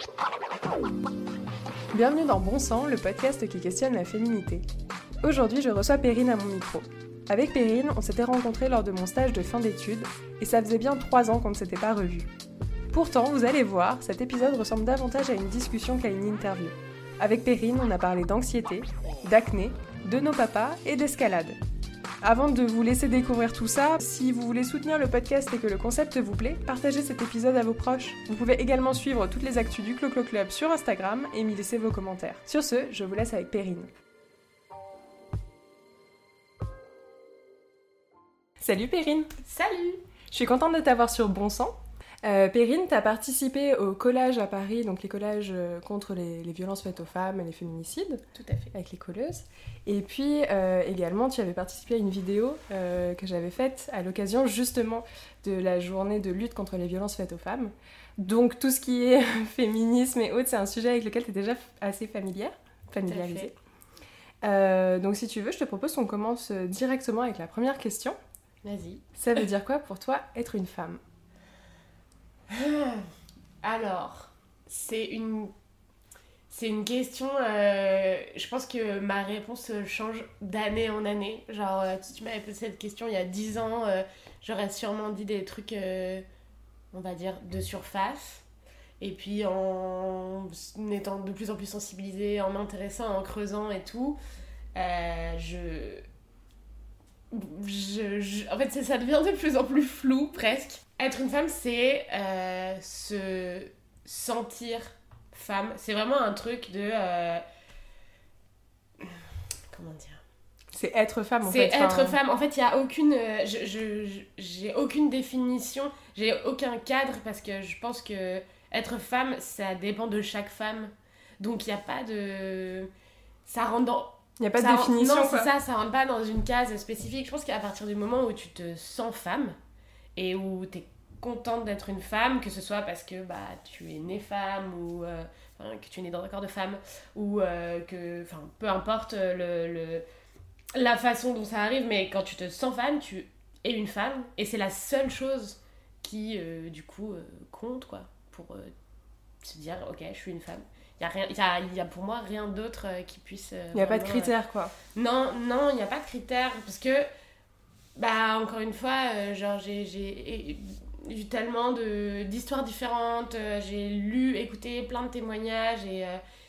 Bienvenue dans Bon Sang, le podcast qui questionne la féminité. Aujourd'hui, je reçois Perrine à mon micro. Avec Perrine, on s'était rencontrés lors de mon stage de fin d'études, et ça faisait bien 3 ans qu'on ne s'était pas revus. Pourtant, vous allez voir, cet épisode ressemble davantage à une discussion qu'à une interview. Avec Perrine, on a parlé d'anxiété, d'acné, de nos papas et d'escalade. Avant de vous laisser découvrir tout ça, si vous voulez soutenir le podcast et que le concept vous plaît, partagez cet épisode à vos proches. Vous pouvez également suivre toutes les actus du Clo-Clo Club sur Instagram et m'y laisser vos commentaires. Sur ce, je vous laisse avec Perrine. Salut Perrine. Salut. Je suis contente de t'avoir sur Bon Sang. Perrine, t'as participé au collage à Paris, donc les collages contre les violences faites aux femmes et les féminicides. Tout à fait. Avec les colleuses. Et puis également, tu avais participé à une vidéo que j'avais faite à l'occasion justement de la journée de lutte contre les violences faites aux femmes. Donc tout ce qui est féminisme et autres, c'est un sujet avec lequel tu es déjà assez familiarisée. Donc si tu veux, je te propose qu'on commence directement avec la première question. Vas-y. Ça veut dire quoi pour toi être une femme ? Alors, c'est une question, je pense que ma réponse change d'année en année. Genre, si tu m'avais posé cette question il y a 10 ans, j'aurais sûrement dit des trucs, on va dire, de surface. Et puis en étant de plus en plus sensibilisée, en m'intéressant, en creusant et tout, en fait, ça devient de plus en plus flou, presque. Être une femme, c'est se sentir femme. C'est vraiment un truc de... comment dire ? C'est être femme, en fait. C'est être femme. En fait, il n'y a aucune... j'ai aucune définition, j'ai aucun cadre, parce que je pense que être femme, ça dépend de chaque femme. Donc, il n'y a pas de... Ça rentre dans... Il n'y a pas de définition, non, quoi. c'est ça rentre pas dans une case spécifique. Je pense qu'à partir du moment où tu te sens femme et où tu es contente d'être une femme, que ce soit parce que tu es née femme ou que tu es née dans un corps de femme ou peu importe la façon dont ça arrive, mais quand tu te sens femme, tu es une femme et c'est la seule chose qui du coup compte, quoi, pour se dire ok, je suis une femme. Il y a pour moi rien d'autre qui puisse... Il n'y a pas de critères, quoi. Non, il n'y a pas de critères, parce que, encore une fois, j'ai eu tellement d'histoires différentes, j'ai lu, écouté plein de témoignages, et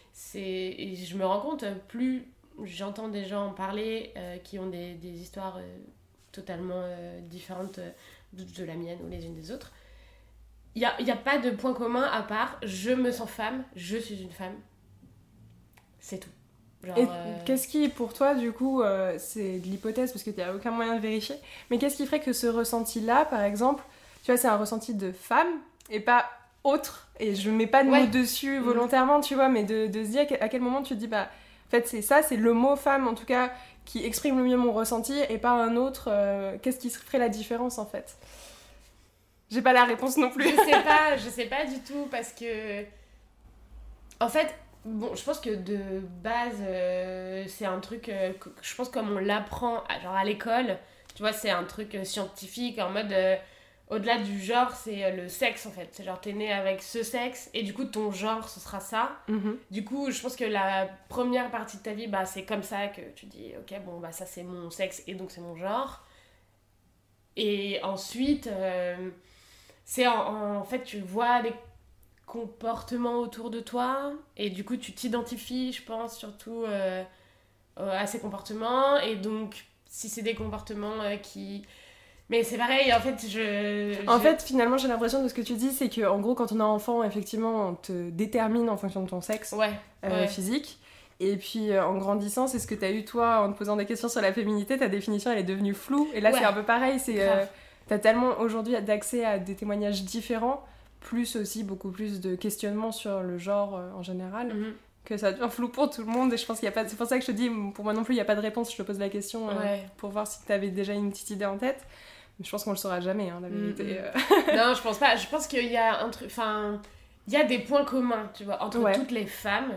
je me rends compte, plus j'entends des gens en parler qui ont des histoires totalement différentes de la mienne ou les unes des autres, il y a pas de point commun à part je me sens femme, je suis une femme. C'est tout. Genre, et qu'est-ce qui, pour toi, du coup, c'est de l'hypothèse parce qu'il n'y a aucun moyen de vérifier, mais qu'est-ce qui ferait que ce ressenti-là, par exemple, tu vois, c'est un ressenti de femme et pas autre, et je mets pas de mots dessus volontairement, tu vois, mais de se dire à quel moment tu te dis, en fait, c'est ça, c'est le mot femme, en tout cas, qui exprime le mieux mon ressenti et pas un autre. Qu'est-ce qui ferait la différence, en fait ? J'ai pas la réponse non plus. Je sais pas du tout, parce que... En fait, bon, je pense que de base, c'est un truc... je pense comme on l'apprend à l'école, tu vois, c'est un truc scientifique, en mode... au-delà du genre, c'est le sexe, en fait. C'est genre, t'es né avec ce sexe, et du coup, ton genre, ce sera ça. Mm-hmm. Du coup, je pense que la première partie de ta vie, c'est comme ça que tu dis, ok, bon, ça, c'est mon sexe, et donc c'est mon genre. Et ensuite... c'est en fait, tu vois les comportements autour de toi et du coup, tu t'identifies, je pense, surtout à ces comportements. Et donc, si c'est des comportements qui... Mais c'est pareil, en fait, En fait, finalement, j'ai l'impression de ce que tu dis, c'est qu'en gros, quand on est enfant, effectivement, on te détermine en fonction de ton sexe physique. Et puis, en grandissant, c'est ce que t'as eu, toi, en te posant des questions sur la féminité, ta définition, elle est devenue floue. Et là, c'est un peu pareil, c'est... T'as tellement aujourd'hui d'accès à des témoignages différents, plus aussi beaucoup plus de questionnements sur le genre en général, que ça devient flou pour tout le monde. Et je pense qu'il y a pas... C'est pour ça que je te dis, pour moi non plus, il n'y a pas de réponse. Je te pose la question pour voir si t'avais déjà une petite idée en tête. Mais je pense qu'on le saura jamais, la vérité. Non, je pense pas. Je pense qu'il y a un truc... Enfin, il y a des points communs, tu vois, entre toutes les femmes.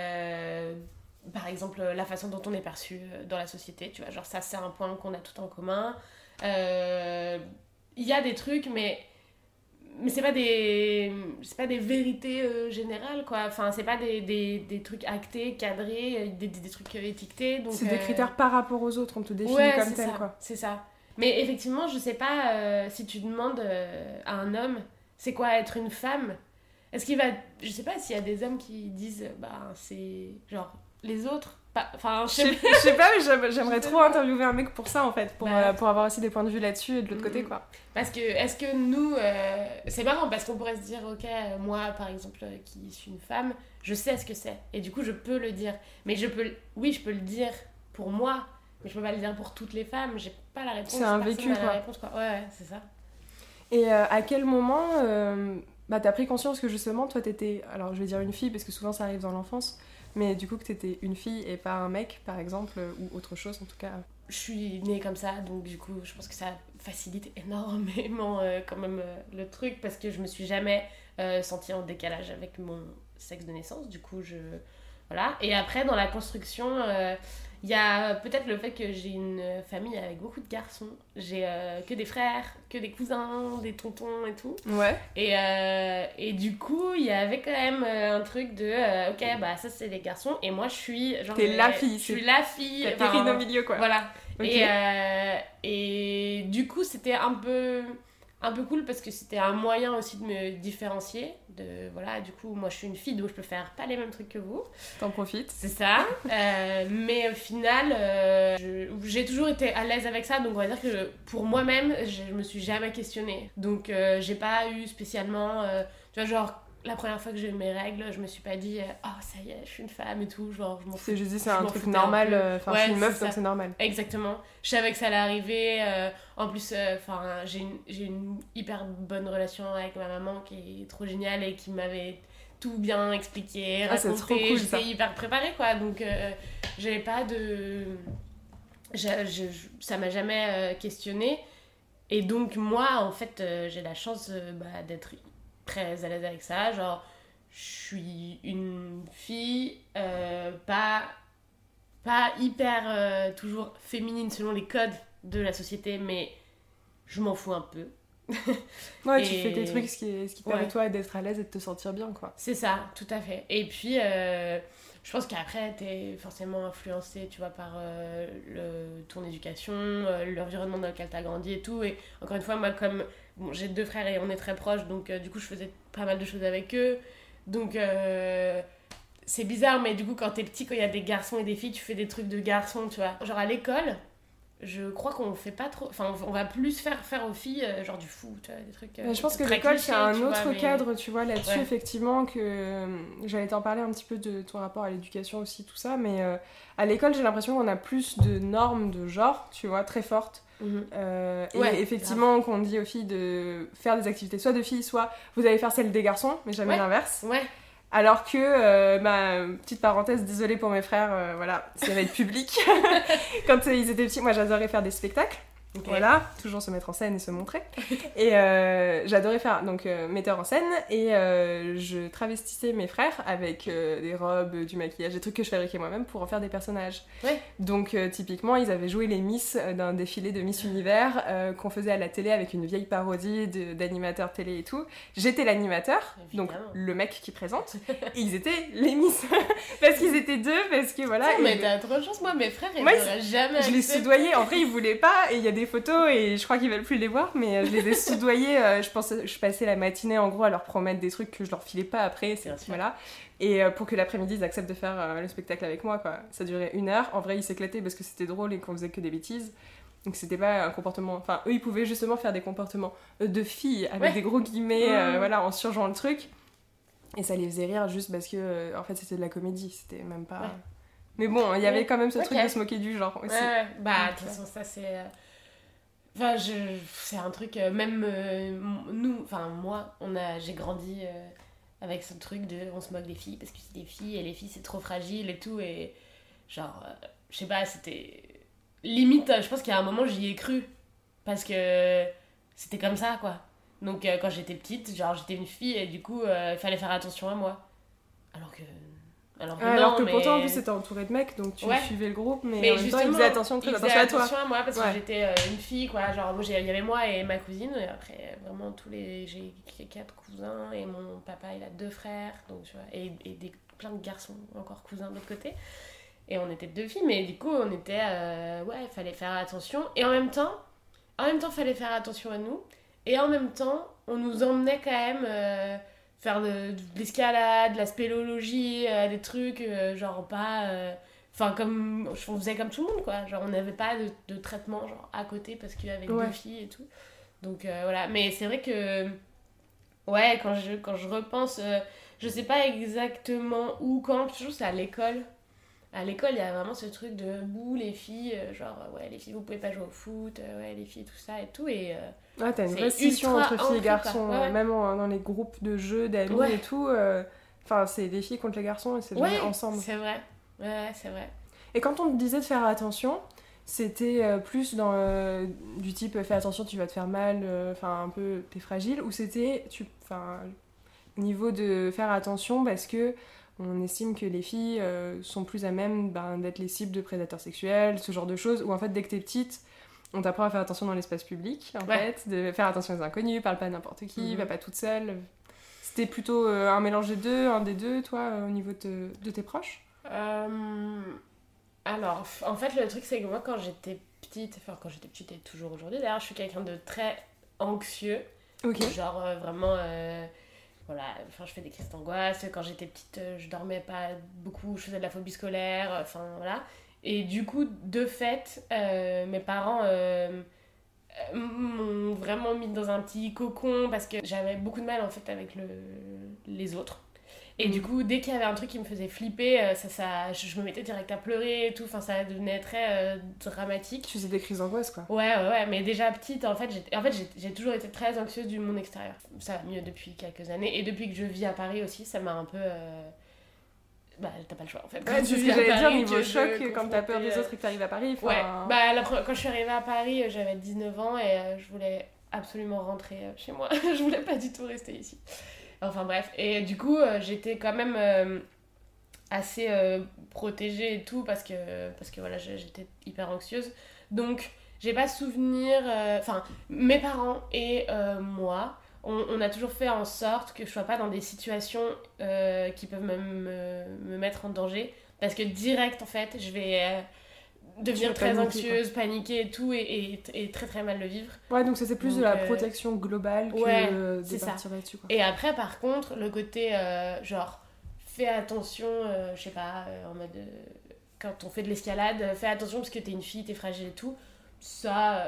Par exemple, la façon dont on est perçu dans la société, tu vois. Genre, ça, c'est un point qu'on a tout en commun. Il y a des trucs, mais mais c'est pas des vérités générales, quoi. Enfin, c'est pas des trucs actés, cadrés, des trucs étiquetés. Donc, c'est des critères par rapport aux autres, on te définit ouais, comme tel, ça, quoi. c'est ça. Mais effectivement, je sais pas si tu demandes à un homme c'est quoi être une femme. Est-ce qu'il va... Je sais pas s'il y a des hommes qui disent bah c'est genre les autres. Enfin, je sais pas, mais j'aimerais trop interviewer un mec pour ça en fait, pour avoir aussi des points de vue là-dessus et de l'autre côté, quoi. Parce que est-ce que nous c'est marrant parce qu'on pourrait se dire ok, moi par exemple qui suis une femme, je sais ce que c'est et du coup je peux le dire, mais je peux le dire pour moi, mais je peux pas le dire pour toutes les femmes, j'ai pas la réponse. C'est un vécu, quoi. La réponse, quoi. Ouais, c'est ça. Et à quel moment t'as pris conscience que justement toi t'étais, alors je vais dire une fille parce que souvent ça arrive dans l'enfance, mais du coup que t'étais une fille et pas un mec par exemple, ou autre chose en tout cas. Je suis née comme ça, donc du coup je pense que ça facilite énormément quand même le truc, parce que je me suis jamais sentie en décalage avec mon sexe de naissance, du coup voilà. Et après dans la construction, il y a peut-être le fait que j'ai une famille avec beaucoup de garçons. J'ai que des frères, que des cousins, des tontons et tout. Ouais. Et du coup, il y avait quand même un truc de ok, bah ça c'est les garçons et moi je suis genre. T'es la fille. Je suis la fille. T'as Perrine au milieu, quoi. Voilà. Okay. Et du coup, c'était un peu cool parce que c'était un moyen aussi de me différencier. Voilà, du coup, moi je suis une fille donc je peux faire pas les mêmes trucs que vous. T'en profites. C'est ça. Mais au final, j'ai toujours été à l'aise avec ça, donc on va dire que pour moi-même, je me suis jamais questionnée. Donc j'ai pas eu spécialement. Tu vois, genre. La première fois que j'ai eu mes règles, je me suis pas dit oh ça y est, je suis une femme et tout, genre je m'en fous. C'est juste c'est un truc normal, enfin je suis une meuf donc c'est normal. Exactement. Je savais que ça allait arriver, en plus enfin j'ai une hyper bonne relation avec ma maman qui est trop géniale et qui m'avait tout bien expliqué, raconté, c'est trop cool, j'étais hyper préparée quoi, donc j'avais pas de ça m'a jamais questionnée et donc moi en fait j'ai la chance d'être très à l'aise avec ça, genre je suis une fille pas hyper toujours féminine selon les codes de la société, mais je m'en fous un peu. Ouais, tu fais tes trucs, ce qui permet toi d'être à l'aise et de te sentir bien, quoi. C'est ça, tout à fait. Et puis je pense qu'après t'es forcément influencée, tu vois, par ton éducation, l'environnement dans lequel t'as grandi et tout, et encore une fois moi comme j'ai 2 frères et on est très proches, donc du coup je faisais pas mal de choses avec eux, donc c'est bizarre, mais du coup quand t'es petit, quand il y a des garçons et des filles, tu fais des trucs de garçons, tu vois, genre à l'école je crois qu'on fait pas trop, enfin on va plus faire aux filles genre du foot, tu vois, des trucs je pense que l'école c'est un autre cadre, tu vois, là-dessus, effectivement, que j'allais t'en parler un petit peu de ton rapport à l'éducation aussi, tout ça, mais à l'école j'ai l'impression qu'on a plus de normes de genre, tu vois, très fortes. Et effectivement qu'on dit aux filles de faire des activités soit de filles, soit vous allez faire celles des garçons, mais jamais l'inverse. Alors que, petite parenthèse, désolée pour mes frères, voilà, ça va être public. Quand ils étaient petits, moi j'adorais faire des spectacles. Voilà, toujours se mettre en scène et se montrer. Et j'adorais faire donc metteur en scène, et je travestissais mes frères avec des robes, du maquillage, des trucs que je fabriquais moi-même pour en faire des personnages. Donc typiquement, ils avaient joué les Miss d'un défilé de Miss Univers qu'on faisait à la télé avec une vieille parodie d'animateurs télé et tout. J'étais l'animateur, donc le mec qui présente, et ils étaient les Miss. Parce qu'ils étaient 2, parce que voilà. Mais t'as trop de chance, moi mes frères ils n'auraient jamais. Je les soudoyais, en vrai ils voulaient pas, et il y a des photos et je crois qu'ils veulent plus les voir, mais je les ai soudoyés, je passais la matinée en gros à leur promettre des trucs que je leur filais pas après, voilà, et pour que l'après-midi ils acceptent de faire le spectacle avec moi, quoi. Ça durait 1 heure, en vrai ils s'éclataient parce que c'était drôle et qu'on faisait que des bêtises, donc c'était pas un comportement, enfin eux ils pouvaient justement faire des comportements de filles avec des gros guillemets, voilà, en surjouant le truc, et ça les faisait rire juste parce que en fait c'était de la comédie, c'était même pas... Mais bon, il y avait quand même ce truc de se moquer du genre aussi. De toute façon ça c'est... Enfin, c'est un truc, même nous, enfin moi, j'ai grandi avec ce truc de on se moque des filles parce que c'est des filles et les filles c'est trop fragile et tout, et genre, je sais pas, c'était limite, je pense qu'il y a un moment j'y ai cru parce que c'était comme ça quoi. Donc quand j'étais petite, genre j'étais une fille et du coup il fallait faire attention à moi. Alors que Alors que mais... pourtant, en plus, t'étais entourée de mecs, donc tu suivais le groupe, mais en même temps, ils faisaient attention à toi. À moi, parce que j'étais une fille, quoi. Genre, il y avait moi et ma cousine, et après, vraiment, j'ai 4 cousins, et mon papa, il a 2 frères, donc tu vois, et plein de garçons, encore cousins de l'autre côté. Et on était 2 filles, mais du coup, on était... fallait faire attention. Et en même temps, fallait faire attention à nous. Et en même temps, on nous emmenait quand même faire de l'escalade, de la spéléologie, des trucs, genre pas... Enfin, on faisait comme tout le monde, quoi. Genre, on n'avait pas de traitement, genre, à côté, parce qu'il y avait 2 filles et tout. Donc, voilà. Mais c'est vrai que... Ouais, quand je repense... je sais pas exactement où, quand. Toujours, c'est à l'école. À l'école, il y a vraiment ce truc de bouh, les filles, les filles, vous pouvez pas jouer au foot, les filles, tout ça et tout. Et, t'as une vraie scission entre filles et garçons, même dans les groupes de jeux, d'amis et tout. Enfin, c'est des filles contre les garçons et c'est jamais ensemble. C'est vrai. Ouais, c'est vrai. Et quand on te disait de faire attention, c'était plus dans du type fais attention, tu vas te faire mal, un peu, t'es fragile, ou c'était au niveau de faire attention parce que on estime que les filles sont plus à même d'être les cibles de prédateurs sexuels, ce genre de choses, où en fait dès que t'es petite, on t'apprend à faire attention dans l'espace public, en fait, de faire attention aux inconnus, parle pas à n'importe qui, va pas toute seule. C'était plutôt un mélange des deux, un des deux, toi, au niveau de tes proches Alors, en fait, le truc c'est que moi quand j'étais petite et toujours aujourd'hui, d'ailleurs je suis quelqu'un de très anxieux, genre vraiment... Voilà, je fais des crises d'angoisse. Quand j'étais petite, je dormais pas beaucoup, je faisais de la phobie scolaire, voilà. Et du coup, de fait, mes parents m'ont vraiment mis dans un petit cocon parce que j'avais beaucoup de mal en fait avec les autres. Et du coup, dès qu'il y avait un truc qui me faisait flipper, je me mettais direct à pleurer et tout. Enfin, ça devenait très dramatique. Tu faisais des crises d'angoisse, quoi. Ouais. Mais déjà petite, en fait, j'ai toujours été très anxieuse du monde extérieur. Ça va mieux depuis quelques années. Et depuis que je vis à Paris aussi, ça m'a un peu... t'as pas le choix, en fait. Ouais, c'est ce que j'allais dire, niveau choc, quand t'as peur des autres et que t'arrives à Paris. Quand je suis arrivée à Paris, j'avais 19 ans et je voulais absolument rentrer chez moi. Je voulais pas du tout rester ici. Enfin bref, et du coup j'étais quand même assez protégée et tout parce que voilà, j'étais hyper anxieuse. Donc j'ai pas souvenir, mes parents et moi, on a toujours fait en sorte que je sois pas dans des situations qui peuvent me mettre en danger. Parce que direct en fait, je vais... devenir très anxieuse, paniquer et tout, et très très mal le vivre. Ouais, donc c'est plus de la protection globale que de partir là-dessus, quoi. Et après, par contre, le côté fais attention, je sais pas, en mode quand on fait de l'escalade, fais attention parce que t'es une fille, t'es fragile et tout, ça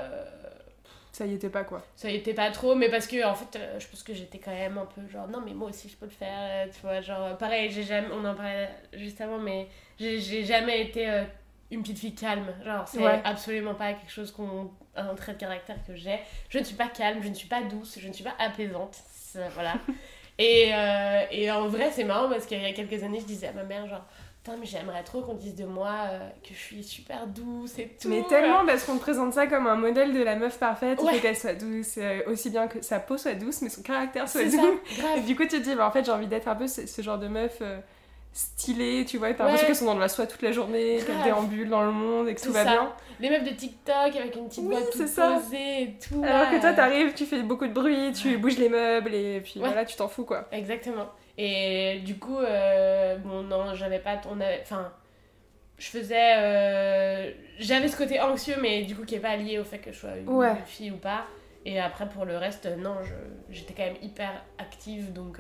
y était pas, quoi. Ça y était pas trop, mais parce que en fait, je pense que j'étais quand même un peu genre non, mais moi aussi je peux le faire, tu vois, genre pareil, on en parlait juste avant, mais j'ai jamais été une petite fille calme, genre c'est absolument pas quelque chose un trait de caractère que j'ai. Je ne suis pas calme, je ne suis pas douce, je ne suis pas apaisante, voilà. et en vrai c'est marrant parce qu'il y a quelques années je disais à ma mère genre putain mais j'aimerais trop qu'on dise de moi que je suis super douce et tout. Mais tellement parce qu'on te présente ça comme un modèle de la meuf parfaite, il faut qu'elle soit douce, aussi bien que sa peau soit douce mais son caractère soit doux. Et du coup tu te dis en fait j'ai envie d'être un peu ce genre de meuf stylée, tu vois, t'as l'impression qu'elles sont dans la soie toute la journée, qu'elles déambulent dans le monde et que tout va bien. Les meufs de TikTok avec une petite voix toute posée et tout. Alors que toi t'arrives, tu fais beaucoup de bruit, tu bouges les meubles et puis voilà, tu t'en fous, quoi. Exactement. Et du coup, non, j'avais pas... je faisais... j'avais ce côté anxieux, mais du coup qui est pas lié au fait que je sois une fille ou pas. Et après, pour le reste, non, j'étais quand même hyper active, donc...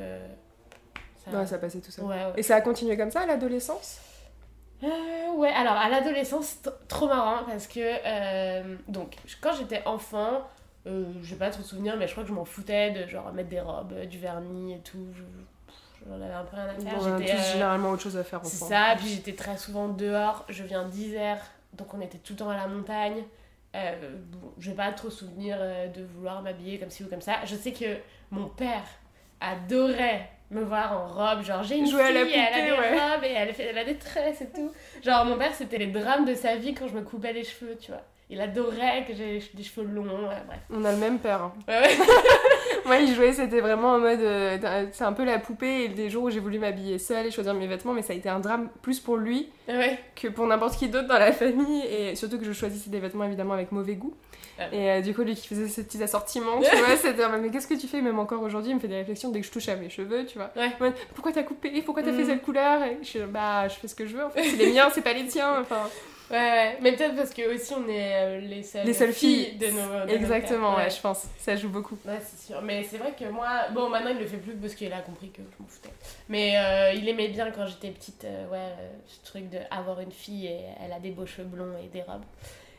ça passait tout ça. Ouais. Et ça a continué comme ça à l'adolescence ? Ouais, alors à l'adolescence, trop marrant parce que donc quand j'étais enfant, j'ai pas trop de souvenirs, mais je crois que je m'en foutais de genre mettre des robes, du vernis et tout. J'en avais un peu rien à faire. On a tous généralement autre chose à faire enfant. C'est ça, puis j'étais très souvent dehors. Je viens d'Isère, donc on était tout le temps à la montagne. Je vais pas trop souvenir de vouloir m'habiller comme ci ou comme ça. Je sais que mon père adorait me voir en robe, genre j'ai une fille, elle a des robes et elle a des tresses et tout. Genre mon père, c'était les drames de sa vie quand je me coupais les cheveux, tu vois. Il adorait que j'ai des cheveux longs, bref. On a le même père. Hein. Ouais. Moi, il jouait, c'était vraiment en mode... c'est un peu la poupée, et des jours où j'ai voulu m'habiller seule et choisir mes vêtements, mais ça a été un drame plus pour lui que pour n'importe qui d'autre dans la famille, et surtout que je choisissais des vêtements évidemment avec mauvais goût. Et du coup, lui qui faisait ces petits assortiments, tu vois, c'était mais qu'est-ce que tu fais? Même encore aujourd'hui, il me fait des réflexions dès que je touche à mes cheveux, tu vois. Pourquoi t'as coupé? Pourquoi t'as fait cette couleur? Et je fais ce que je veux, en fait. C'est les miens, c'est pas les tiens, enfin... Ouais, mais peut-être parce que aussi on est les seules filles de nos exactement, ouais, je pense. Ça joue beaucoup. Ouais, c'est sûr. Mais c'est vrai que moi, bon, maintenant il le fait plus parce qu'il a compris que je m'en foutais. Mais il aimait bien quand j'étais petite, ce truc d'avoir une fille et elle a des beaux cheveux blonds et des robes.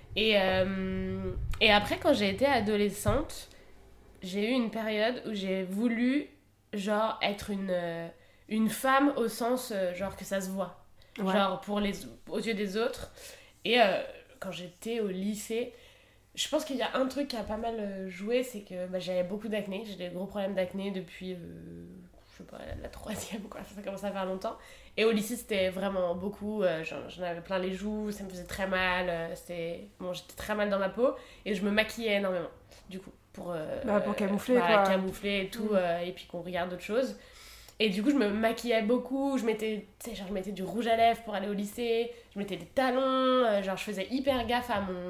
Et après, quand j'ai été adolescente, j'ai eu une période où j'ai voulu, genre, être une femme au sens, genre, que ça se voit. Genre, aux yeux des autres. Et quand j'étais au lycée, je pense qu'il y a un truc qui a pas mal joué, c'est que j'avais beaucoup d'acné. J'ai des gros problèmes d'acné depuis, je sais pas, la troisième, quoi. Ça commence à faire longtemps. Et au lycée, c'était vraiment beaucoup. J'en avais plein les joues, ça me faisait très mal. J'étais très mal dans ma peau. Et je me maquillais énormément, du coup. Pour camoufler, quoi. Camoufler et tout, et puis qu'on regarde d'autres choses. Et du coup, je me maquillais beaucoup, je mettais du rouge à lèvres pour aller au lycée, je mettais des talons, je faisais hyper gaffe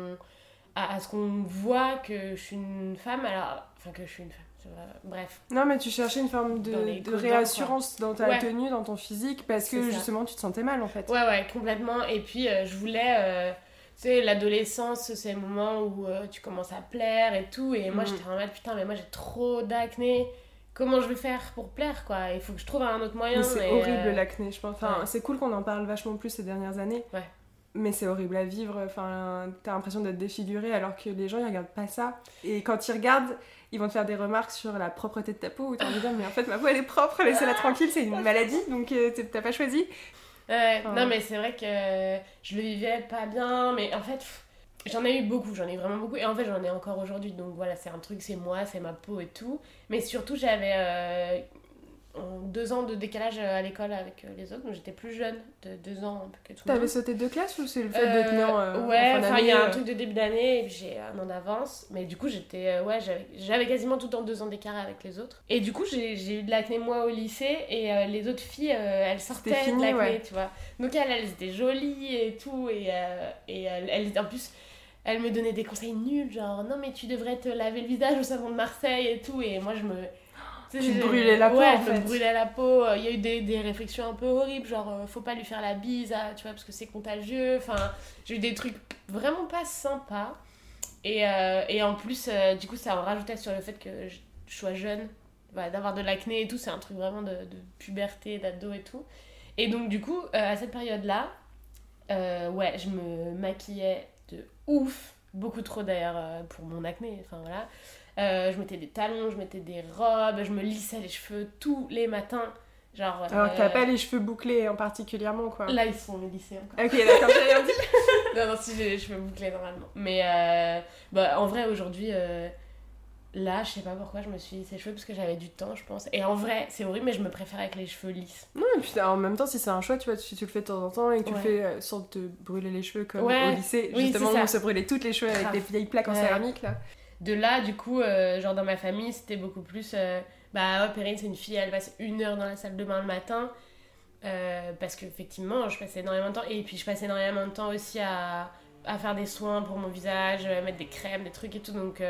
à ce qu'on voit que je suis une femme, que je suis une femme, bref. Non, mais tu cherchais une forme de réassurance dans ta tenue, dans ton physique, parce que justement, tu te sentais mal, en fait. Ouais, complètement. Et puis, je voulais... tu sais, l'adolescence, c'est le moment où tu commences à plaire et tout, et moi, j'étais en mode, putain, mais moi, j'ai trop d'acné. Comment je vais faire pour plaire, quoi? Il faut que je trouve un autre moyen. Mais c'est horrible l'acné, je pense. Enfin, c'est cool qu'on en parle vachement plus ces dernières années. Ouais. Mais c'est horrible à vivre. Enfin, t'as l'impression d'être défiguré alors que les gens ils regardent pas ça. Et quand ils regardent, ils vont te faire des remarques sur la propreté de ta peau. Où t'as envie de dire, mais en fait, ma peau elle est propre, laissez-la tranquille, c'est une maladie, donc t'as pas choisi. Non, mais c'est vrai que je le vivais pas bien, mais en fait. J'en ai eu beaucoup, j'en ai vraiment beaucoup, et en fait j'en ai encore aujourd'hui, donc voilà, c'est un truc, c'est moi, c'est ma peau et tout, mais surtout j'avais 2 ans de décalage à l'école avec les autres, donc j'étais plus jeune, de 2 ans un peu que tout le monde. T'avais sauté 2 classes ou c'est le fait d'être né en ouais, enfin il y a un truc de début d'année, et puis j'ai un an d'avance, mais du coup j'avais quasiment tout le temps 2 ans d'écart avec les autres, et du coup j'ai eu de l'acné moi au lycée, et les autres filles, elles sortaient de l'acné, tu vois, donc elles étaient jolies et tout, et elles en plus... Elle me donnait des conseils nuls, genre non mais tu devrais te laver le visage au savon de Marseille et tout, et moi je me... Tu te brûlais la peau en fait. Ouais, je me brûlais la peau, il y a eu des réflexions un peu horribles, genre faut pas lui faire la bise, tu vois, parce que c'est contagieux, enfin j'ai eu des trucs vraiment pas sympas, et en plus du coup ça en rajoutait sur le fait que je sois jeune, d'avoir de l'acné et tout, c'est un truc vraiment de puberté, d'ado et tout, et donc du coup à cette période-là, je me maquillais de ouf, beaucoup trop d'ailleurs pour mon acné, enfin voilà. Je mettais des talons, je mettais des robes, je me lissais les cheveux tous les matins. Genre, alors que t'as pas les cheveux bouclés en particulièrement, quoi. Là, ils sont lissés encore. Ok, d'accord, j'ai rien dit. non, si j'ai les cheveux bouclés normalement. Mais en vrai, aujourd'hui, là, je sais pas pourquoi je me suis lissé les cheveux, parce que j'avais du temps, je pense. Et en vrai, c'est horrible, mais je me préfère avec les cheveux lisses. Non, et puis en même temps, si c'est un choix, tu vois, si tu le fais de temps en temps et que tu le fais sans te brûler les cheveux comme au lycée, justement, on se brûlait toutes les cheveux avec des vieilles plaques en céramique, là. De là, du coup, genre dans ma famille, c'était beaucoup plus... Perrine, c'est une fille, elle passe 1 heure dans la salle de bain le matin. Parce qu'effectivement, je passais énormément de temps. Et puis, je passais énormément de temps aussi à faire des soins pour mon visage, mettre des crèmes, des trucs et tout. Donc,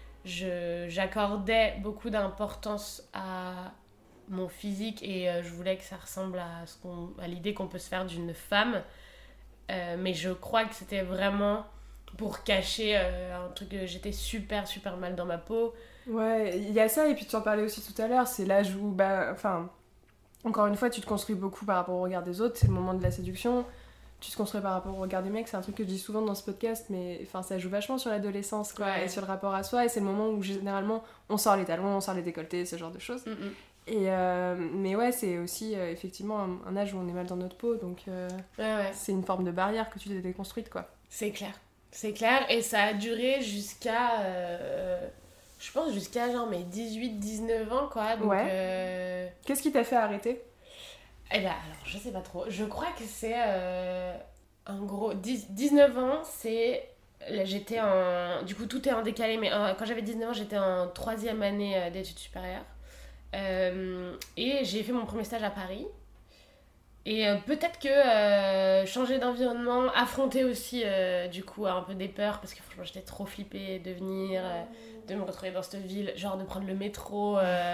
j'accordais beaucoup d'importance à mon physique. Et je voulais que ça ressemble à l'idée qu'on peut se faire d'une femme. Mais je crois que c'était vraiment... pour cacher un truc que j'étais super super mal dans ma peau. Ouais, il y a ça, et puis tu en parlais aussi tout à l'heure, c'est l'âge où, encore une fois, tu te construis beaucoup par rapport au regard des autres, c'est le moment de la séduction, tu te construis par rapport au regard des mecs, c'est un truc que je dis souvent dans ce podcast, mais ça joue vachement sur l'adolescence, quoi, et sur le rapport à soi, et c'est le moment où généralement on sort les talons, on sort les décolletés, ce genre de choses. Mais ouais, c'est aussi effectivement un âge où on est mal dans notre peau, donc c'est une forme de barrière que tu t'es déconstruite, quoi. C'est clair, et ça a duré jusqu'à... je pense jusqu'à genre mes 18-19 ans, quoi. Donc, Qu'est-ce qui t'a fait arrêter? Alors, je sais pas trop. Je crois que c'est... en gros, 19 ans, c'est là, j'étais en... Du coup, tout est en décalé, mais quand j'avais 19 ans, j'étais en 3e année d'études supérieures. Et j'ai fait mon premier stage à Paris. Et peut-être que changer d'environnement, affronter aussi du coup un peu des peurs, parce que franchement j'étais trop flippée de venir, de me retrouver dans cette ville, genre de prendre le métro.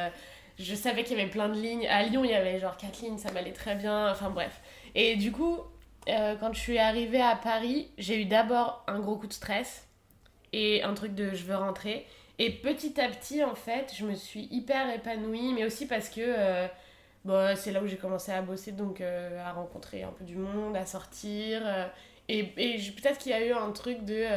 Je savais qu'il y avait plein de lignes. À Lyon il y avait genre 4 lignes, ça m'allait très bien, enfin bref. Et du coup, quand je suis arrivée à Paris, j'ai eu d'abord un gros coup de stress et un truc de je veux rentrer. Et petit à petit en fait, je me suis hyper épanouie, mais aussi parce que... bon, c'est là où j'ai commencé à bosser, donc à rencontrer un peu du monde, à sortir. Et peut-être qu'il y a eu un truc de...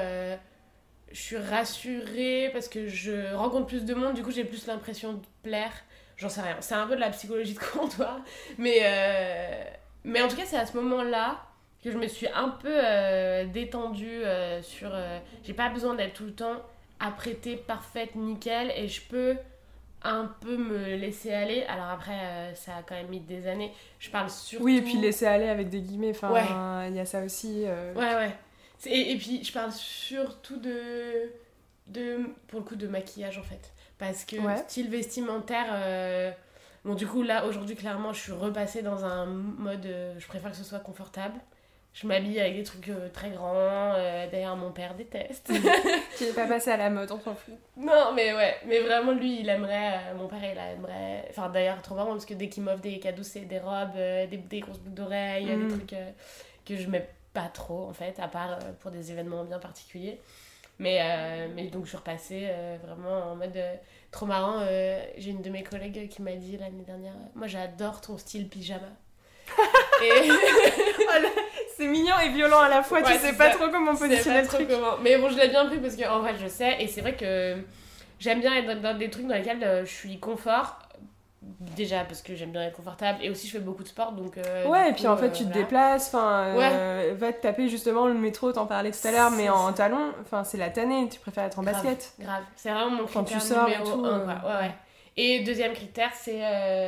je suis rassurée parce que je rencontre plus de monde, du coup j'ai plus l'impression de plaire. J'en sais rien. C'est un peu de la psychologie de comptoir. Mais en tout cas, c'est à ce moment-là que je me suis un peu détendue sur... j'ai pas besoin d'être tout le temps apprêtée, parfaite, nickel, et je peux... un peu me laisser aller. Alors après, ça a quand même mis des années. Je parle surtout... Oui, et puis laisser aller avec des guillemets, enfin, ouais. Il y a ça aussi. Ouais. Et puis, je parle surtout pour le coup, de maquillage, en fait. Parce que style vestimentaire... Bon, du coup, là, aujourd'hui, clairement, je suis repassée dans un mode... je préfère que ce soit confortable. Je m'habille avec des trucs très grands. D'ailleurs, mon père déteste. Qui n'est pas passé à la mode, on s'en fout. Non, mais ouais. Mais vraiment, lui, il aimerait... mon père, il aimerait... Enfin, d'ailleurs, trop marrant, parce que dès qu'il m'offre des cadeaux, c'est des robes, des grosses boucles d'oreilles, des trucs que je mets pas trop, en fait, à part pour des événements bien particuliers. Mais donc, je suis repassée vraiment en mode... trop marrant. J'ai une de mes collègues qui m'a dit l'année dernière... Moi, j'adore ton style pyjama. Et... c'est mignon et violent à la fois, tu sais pas trop comment positionner le truc. Mais bon, je l'ai bien pris parce qu'en vrai, je sais. Et c'est vrai que j'aime bien être dans des trucs dans lesquels je suis confort. Déjà parce que j'aime bien être confortable. Et aussi, je fais beaucoup de sport. Donc, ouais, et puis en fait, tu te déplaces. Va te taper justement le métro, t'en parlais tout à l'heure, mais en talons. Enfin, c'est la tannée, tu préfères être en basket. Grave. C'est vraiment mon critère quand tu sors numéro et tout, 1. Ouais. Et deuxième critère, c'est...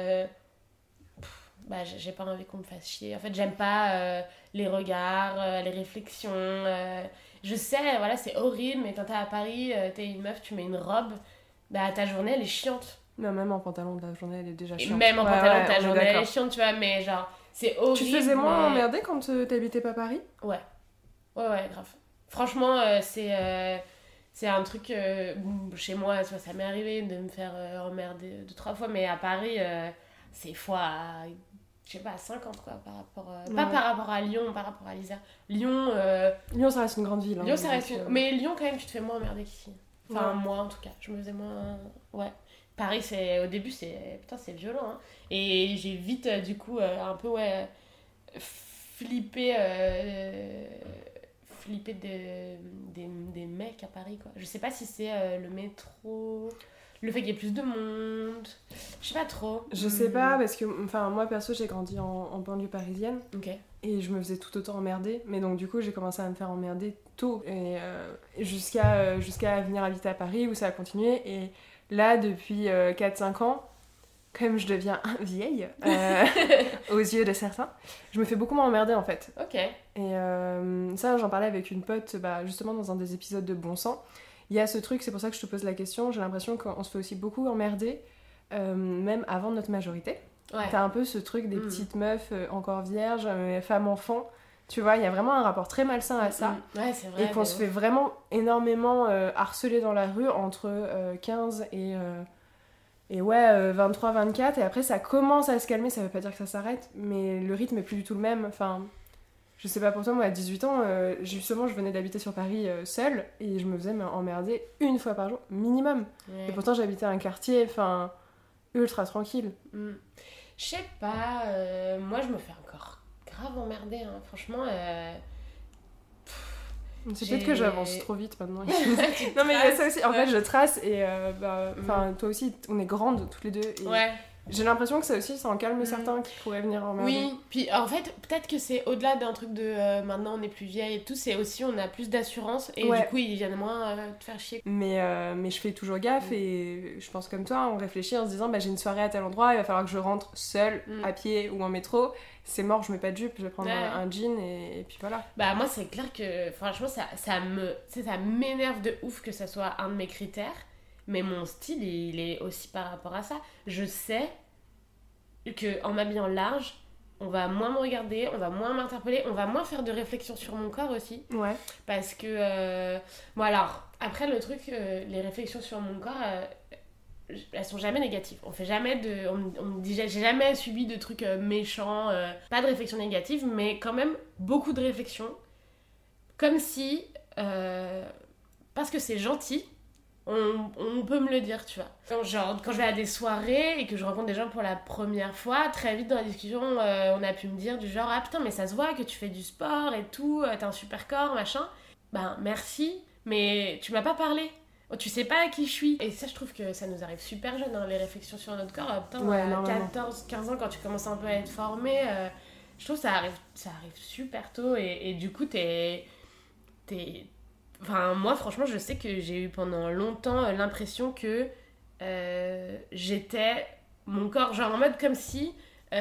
j'ai pas envie qu'on me fasse chier. En fait, j'aime pas les regards, les réflexions. Je sais, voilà, c'est horrible, mais quand t'es à Paris, t'es une meuf, tu mets une robe, ta journée, elle est chiante. Non, même en pantalon, ta journée, elle est déjà chiante. Et même en pantalon, ta journée, elle est chiante, tu vois, mais genre, c'est horrible. Tu te faisais moins emmerder quand t'habitais pas Paris ? Ouais, grave. Franchement, c'est un truc... chez moi, ça m'est arrivé de me faire emmerder 2-3 fois, mais à Paris, c'est fois... je sais pas, 50 quoi, par rapport... Pas par rapport à Lyon, par rapport à l'Isère. Lyon, ça reste une grande ville. Lyon, ça reste mais Lyon, quand même, tu te fais moins emmerder qu'ici. Enfin, moi, en tout cas. Je me faisais moins... Ouais. Paris, au début, c'est... Putain, c'est violent, hein. Et j'ai vite, du coup, un peu, flippé des mecs à Paris, quoi. Je sais pas si c'est le métro... Le fait qu'il y ait plus de monde, je sais pas trop. Je sais pas, parce que moi perso j'ai grandi en banlieue parisienne. Ok. Et je me faisais tout autant emmerder. Mais donc du coup j'ai commencé à me faire emmerder tôt. Et jusqu'à venir habiter à Paris où ça a continué. Et là depuis 4-5 ans, comme je deviens vieille aux yeux de certains, je me fais beaucoup moins emmerder en fait. Ok. Et ça j'en parlais avec une pote justement dans un des épisodes de Bon Sang. Il y a ce truc, c'est pour ça que je te pose la question, j'ai l'impression qu'on se fait aussi beaucoup emmerder, même avant notre majorité. Ouais. T'as un peu ce truc des petites meufs encore vierges, femmes-enfants, tu vois, il y a vraiment un rapport très malsain à ça. Ouais, c'est vrai. Et qu'on se fait vraiment énormément harceler dans la rue entre 15 et 23-24, et après ça commence à se calmer, ça veut pas dire que ça s'arrête, mais le rythme est plus du tout le même, enfin... Je sais pas pour toi, moi à 18 ans, justement je venais d'habiter sur Paris seule et je me faisais emmerder une fois par jour, minimum. Ouais. Et pourtant j'habitais un quartier, ultra tranquille. Je sais pas, moi je me fais encore grave emmerder, hein. Franchement. C'est peut-être que j'avance trop vite maintenant. Non mais il y a ça aussi, en fait je trace et toi aussi, on est grandes toutes les deux. Et... Ouais. J'ai l'impression que ça aussi, ça en calme certains qui pourraient venir en Oui, puis en fait, peut-être que c'est au-delà d'un truc de maintenant on est plus vieille et tout, c'est aussi on a plus d'assurance et du coup ils viennent moins te faire chier. Mais je fais toujours gaffe et je pense comme toi, on réfléchit en se disant j'ai une soirée à tel endroit, il va falloir que je rentre seule, à pied ou en métro. C'est mort, je mets pas de jupe, je vais prendre un jean et puis voilà. Bah moi c'est clair que franchement ça m'énerve de ouf que ça soit un de mes critères, mais mon style il est aussi par rapport à ça. Je sais qu'en m'habillant large, on va moins me regarder, on va moins m'interpeller, on va moins faire de réflexion sur mon corps aussi. Ouais. Parce que bon alors après le truc, les réflexions sur mon corps, elles sont jamais négatives. On fait jamais de, on me dit, j'ai jamais subi de trucs méchants, pas de réflexion négative, mais quand même beaucoup de réflexions, comme si parce que c'est gentil. On peut me le dire, tu vois. Genre, quand je vais à des soirées et que je rencontre des gens pour la première fois, très vite dans la discussion, on a pu me dire du genre « Ah putain, mais ça se voit que tu fais du sport et tout, t'as un super corps, machin. » Ben, merci, mais tu m'as pas parlé. Tu sais pas qui je suis. Et ça, je trouve que ça nous arrive super jeune, hein, les réflexions sur notre corps. Putain, à 14, 15 ans, quand tu commences un peu à être formé, je trouve que ça arrive super tôt. Et du coup, Enfin, moi, franchement, je sais que j'ai eu pendant longtemps l'impression que j'étais mon corps, genre en mode comme si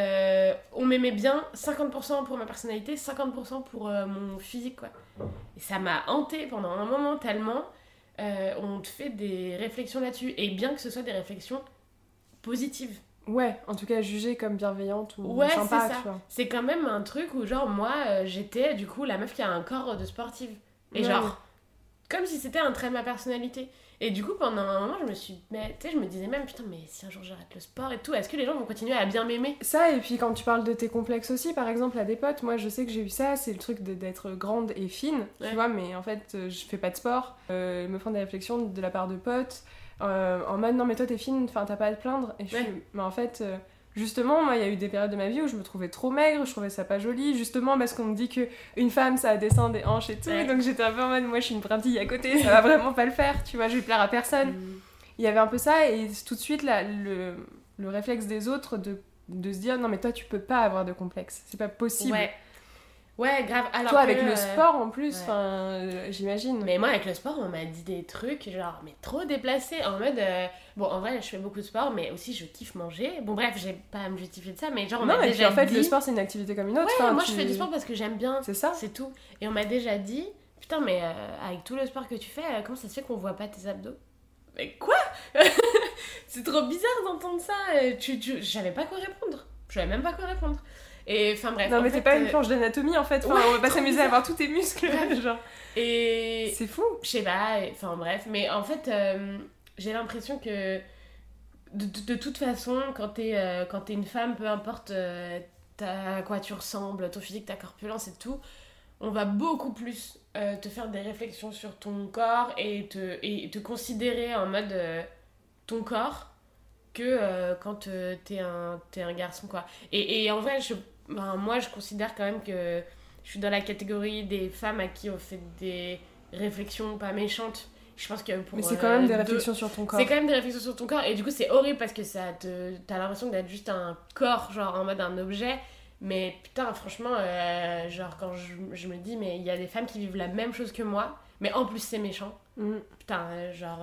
on m'aimait bien 50% pour ma personnalité, 50% pour mon physique, quoi. Et ça m'a hantée pendant un moment tellement on te fait des réflexions là-dessus. Et bien que ce soit des réflexions positives. Ouais, en tout cas jugées comme bienveillantes ou sympas, tu vois. C'est quand même un truc où genre moi, j'étais du coup la meuf qui a un corps de sportive. Et genre... Comme si c'était un trait de ma personnalité. Et du coup, pendant un moment, je me disais même, putain, mais si un jour j'arrête le sport et tout, est-ce que les gens vont continuer à bien m'aimer ? Ça, et puis quand tu parles de tes complexes aussi, par exemple, à des potes, moi je sais que j'ai eu ça, c'est le truc d'être grande et fine, tu vois, mais en fait, je fais pas de sport. Ils me font des réflexions de la part de potes, en mode, non mais toi t'es fine, enfin t'as pas à te plaindre. Et je suis, mais en fait... Justement, moi, il y a eu des périodes de ma vie où je me trouvais trop maigre, je trouvais ça pas joli, justement parce qu'on me dit qu'une femme, ça a des seins, des hanches et tout, donc j'étais un peu en mode, moi, je suis une brindille à côté, ça va vraiment pas le faire, tu vois, je vais plaire à personne. Il y avait un peu ça, et tout de suite, là, le réflexe des autres de se dire, non, mais toi, tu peux pas avoir de complexe, c'est pas possible. Ouais, grave. Alors toi, avec le sport, en plus, j'imagine. Mais moi, avec le sport, on m'a dit des trucs, genre, mais trop déplacés, en mode... Bon, en vrai, je fais beaucoup de sport, mais aussi, je kiffe manger. Bon, bref, j'ai pas à me justifier de ça, mais genre, on m'a déjà dit... Non, mais en fait, le sport, c'est une activité comme une autre. Ouais, moi, je fais du sport parce que j'aime bien. C'est ça. C'est tout. Et on m'a déjà dit, putain, mais avec tout le sport que tu fais, comment ça se fait qu'on voit pas tes abdos ? Mais quoi ? C'est trop bizarre d'entendre ça. Je savais pas quoi répondre. Je savais même pas quoi répondre. Et enfin bref. Non mais t'es pas une planche d'anatomie en fait, on va pas s'amuser à voir tous tes muscles, genre. Et c'est fou. Je sais pas, enfin bref, mais en fait j'ai l'impression que de toute façon quand t'es une femme, peu importe à quoi tu ressembles, ton physique, ta corpulence et tout, on va beaucoup plus te faire des réflexions sur ton corps et te considérer en mode ton corps que quand t'es un garçon, quoi. Et en vrai, moi, je considère quand même que je suis dans la catégorie des femmes à qui on fait des réflexions pas méchantes. Je pense que pour... Mais c'est quand même des réflexions sur ton corps. C'est quand même des réflexions sur ton corps. Et du coup, c'est horrible parce que t'as l'impression d'être juste un corps, genre en mode un objet. Mais putain, franchement, genre quand je me dis, mais il y a des femmes qui vivent la même chose que moi, mais en plus c'est méchant. Putain, genre